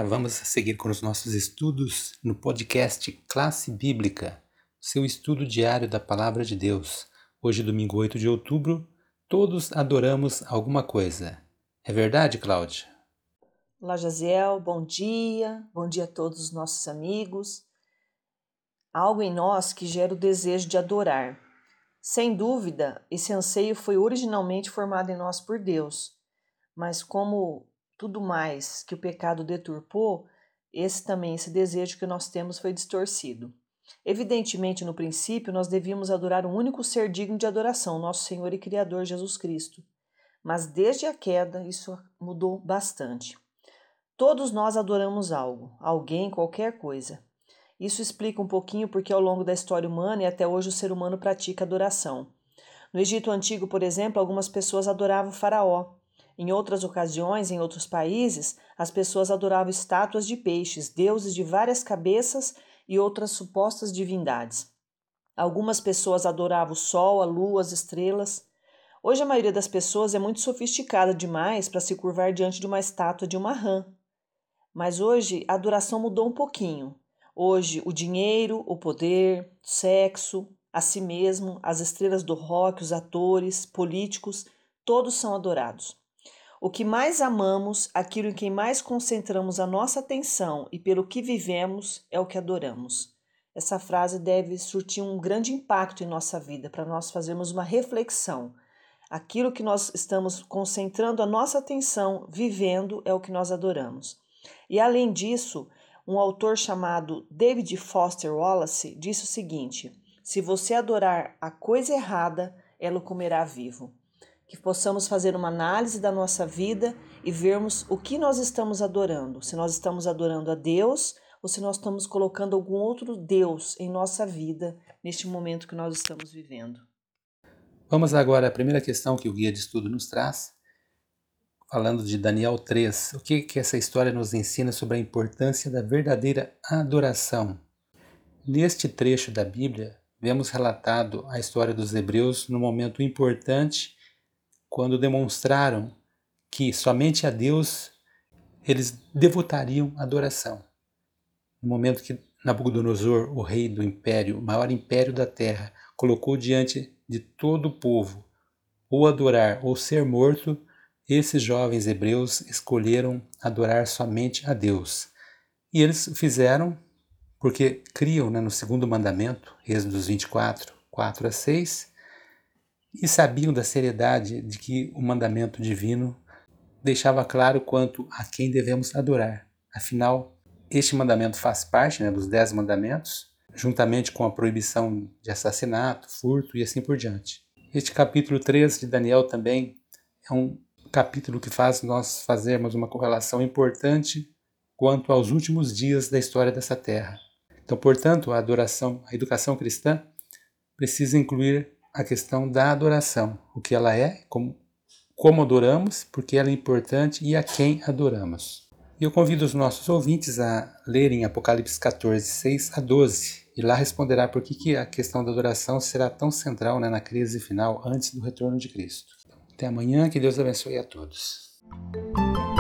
Olá, vamos seguir com os nossos estudos no podcast Classe Bíblica, seu estudo diário da Palavra de Deus. Hoje, domingo 8 de outubro, todos adoramos alguma coisa. É verdade, Cláudia? Olá, Jaziel, bom dia a todos os nossos amigos. Há algo em nós que gera o desejo de adorar. Sem dúvida, esse anseio foi originalmente formado em nós por Deus, mas como tudo mais que o pecado deturpou, esse desejo que nós temos foi distorcido. Evidentemente, no princípio, nós devíamos adorar o único ser digno de adoração, nosso Senhor e Criador Jesus Cristo. Mas desde a queda, isso mudou bastante. Todos nós adoramos algo, alguém, qualquer coisa. Isso explica um pouquinho porque ao longo da história humana e até hoje o ser humano pratica adoração. No Egito Antigo, por exemplo, algumas pessoas adoravam o faraó. Em outras ocasiões, em outros países, as pessoas adoravam estátuas de peixes, deuses de várias cabeças e outras supostas divindades. Algumas pessoas adoravam o sol, a lua, as estrelas. Hoje a maioria das pessoas é muito sofisticada demais para se curvar diante de uma estátua de uma rã. Mas hoje a adoração mudou um pouquinho. Hoje o dinheiro, o poder, o sexo, a si mesmo, as estrelas do rock, os atores, políticos, todos são adorados. O que mais amamos, aquilo em quem mais concentramos a nossa atenção e pelo que vivemos, é o que adoramos. Essa frase deve surtir um grande impacto em nossa vida, para nós fazermos uma reflexão. Aquilo que nós estamos concentrando a nossa atenção, vivendo, é o que nós adoramos. E além disso, um autor chamado David Foster Wallace disse o seguinte: se você adorar a coisa errada, ela o comerá vivo. Que possamos fazer uma análise da nossa vida e vermos o que nós estamos adorando. Se nós estamos adorando a Deus ou se nós estamos colocando algum outro Deus em nossa vida neste momento que nós estamos vivendo. Vamos agora à primeira questão que o guia de estudo nos traz, falando de Daniel 3. O que essa história nos ensina sobre a importância da verdadeira adoração? Neste trecho da Bíblia, vemos relatado a história dos hebreus num momento importante, quando demonstraram que somente a Deus eles devotariam adoração. No momento que Nabucodonosor, o rei do império, o maior império da terra, colocou diante de todo o povo ou adorar ou ser morto, esses jovens hebreus escolheram adorar somente a Deus. E eles fizeram porque criam no segundo mandamento, Êxodo 24, 4 a 6, e sabiam da seriedade de que o mandamento divino deixava claro quanto a quem devemos adorar. Afinal, este mandamento faz parte dos 10 mandamentos, juntamente com a proibição de assassinato, furto e assim por diante. Este capítulo 3 de Daniel também é um capítulo que faz nós fazermos uma correlação importante quanto aos últimos dias da história dessa terra. Então, portanto, a educação cristã precisa incluir a questão da adoração, o que ela é, como adoramos, porque ela é importante e a quem adoramos. E eu convido os nossos ouvintes a lerem Apocalipse 14, 6 a 12, e lá responderá por que a questão da adoração será tão central na crise final antes do retorno de Cristo. Até amanhã, que Deus abençoe a todos.